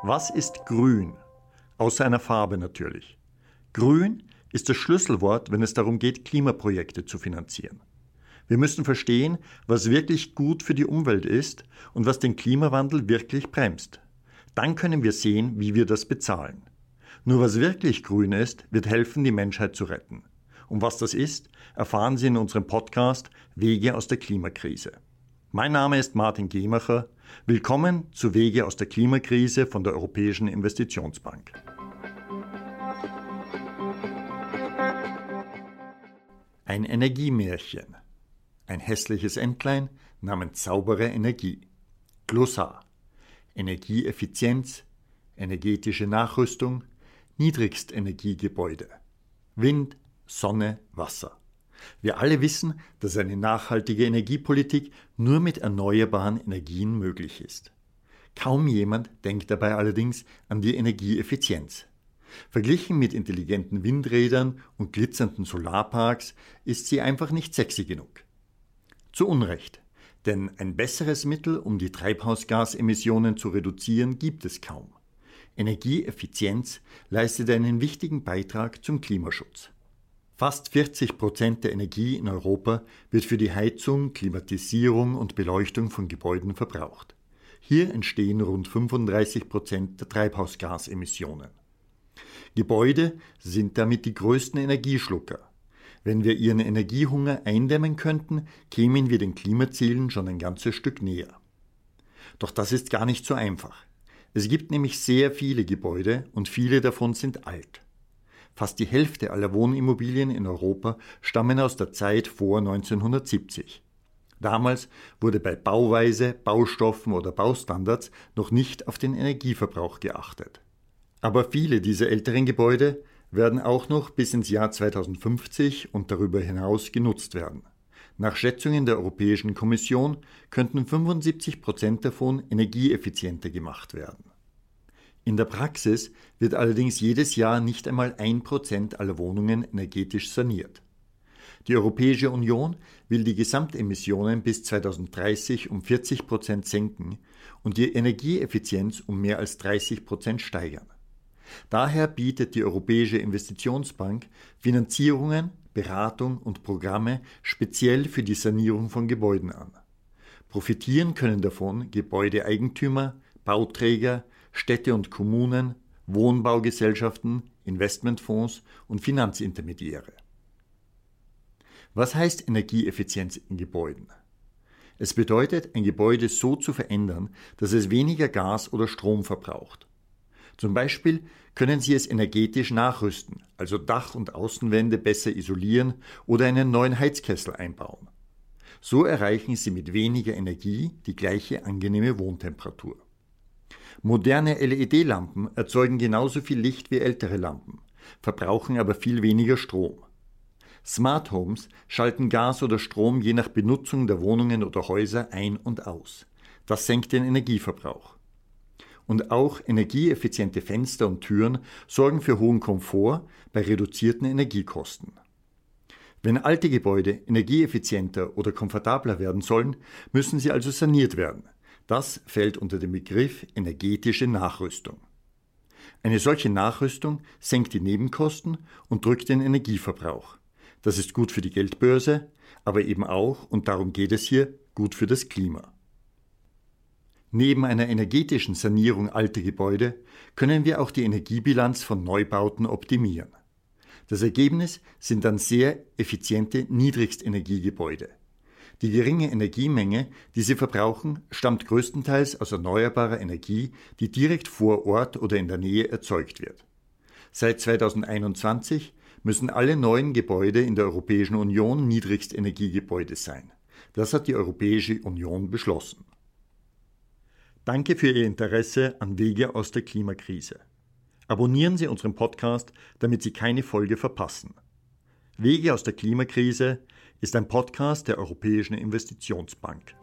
Was ist grün? Außer einer Farbe natürlich. Grün ist das Schlüsselwort, wenn es darum geht, Klimaprojekte zu finanzieren. Wir müssen verstehen, was wirklich gut für die Umwelt ist und was den Klimawandel wirklich bremst. Dann können wir sehen, wie wir das bezahlen. Nur was wirklich grün ist, wird helfen, die Menschheit zu retten. Und was das ist, erfahren Sie in unserem Podcast Wege aus der Klimakrise. Mein Name ist Martin Gemacher. Willkommen zu Wege aus der Klimakrise von der Europäischen Investitionsbank. Ein Energiemärchen. Ein hässliches Entlein namens saubere Energie. Glossar. Energieeffizienz, energetische Nachrüstung, Niedrigstenergiegebäude. Wind, Sonne, Wasser. Wir alle wissen, dass eine nachhaltige Energiepolitik nur mit erneuerbaren Energien möglich ist. Kaum jemand denkt dabei allerdings an die Energieeffizienz. Verglichen mit intelligenten Windrädern und glitzernden Solarparks ist sie einfach nicht sexy genug. Zu Unrecht, denn ein besseres Mittel, um die Treibhausgasemissionen zu reduzieren, gibt es kaum. Energieeffizienz leistet einen wichtigen Beitrag zum Klimaschutz. Fast 40% der Energie in Europa wird für die Heizung, Klimatisierung und Beleuchtung von Gebäuden verbraucht. Hier entstehen rund 35% der Treibhausgasemissionen. Gebäude sind damit die größten Energieschlucker. Wenn wir ihren Energiehunger eindämmen könnten, kämen wir den Klimazielen schon ein ganzes Stück näher. Doch das ist gar nicht so einfach. Es gibt nämlich sehr viele Gebäude und viele davon sind alt. Fast die Hälfte aller Wohnimmobilien in Europa stammen aus der Zeit vor 1970. Damals wurde bei Bauweise, Baustoffen oder Baustandards noch nicht auf den Energieverbrauch geachtet. Aber viele dieser älteren Gebäude werden auch noch bis ins Jahr 2050 und darüber hinaus genutzt werden. Nach Schätzungen der Europäischen Kommission könnten 75% davon energieeffizienter gemacht werden. In der Praxis wird allerdings jedes Jahr nicht einmal 1% aller Wohnungen energetisch saniert. Die Europäische Union will die Gesamtemissionen bis 2030 um 40% senken und die Energieeffizienz um mehr als 30% steigern. Daher bietet die Europäische Investitionsbank Finanzierungen, Beratung und Programme speziell für die Sanierung von Gebäuden an. Profitieren können davon Gebäudeeigentümer, Bauträger, Städte und Kommunen, Wohnbaugesellschaften, Investmentfonds und Finanzintermediäre. Was heißt Energieeffizienz in Gebäuden? Es bedeutet, ein Gebäude so zu verändern, dass es weniger Gas oder Strom verbraucht. Zum Beispiel können Sie es energetisch nachrüsten, also Dach- und Außenwände besser isolieren oder einen neuen Heizkessel einbauen. So erreichen Sie mit weniger Energie die gleiche angenehme Wohntemperatur. Moderne LED-Lampen erzeugen genauso viel Licht wie ältere Lampen, verbrauchen aber viel weniger Strom. Smart Homes schalten Gas oder Strom je nach Benutzung der Wohnungen oder Häuser ein und aus. Das senkt den Energieverbrauch. Und auch energieeffiziente Fenster und Türen sorgen für hohen Komfort bei reduzierten Energiekosten. Wenn alte Gebäude energieeffizienter oder komfortabler werden sollen, müssen sie also saniert werden. Das fällt unter den Begriff energetische Nachrüstung. Eine solche Nachrüstung senkt die Nebenkosten und drückt den Energieverbrauch. Das ist gut für die Geldbörse, aber eben auch, und darum geht es hier, gut für das Klima. Neben einer energetischen Sanierung alter Gebäude können wir auch die Energiebilanz von Neubauten optimieren. Das Ergebnis sind dann sehr effiziente Niedrigstenergiegebäude. Die geringe Energiemenge, die sie verbrauchen, stammt größtenteils aus erneuerbarer Energie, die direkt vor Ort oder in der Nähe erzeugt wird. Seit 2021 müssen alle neuen Gebäude in der Europäischen Union Niedrigstenergiegebäude sein. Das hat die Europäische Union beschlossen. Danke für Ihr Interesse an Wege aus der Klimakrise. Abonnieren Sie unseren Podcast, damit Sie keine Folge verpassen. Wege aus der Klimakrise ist ein Podcast der Europäischen Investitionsbank.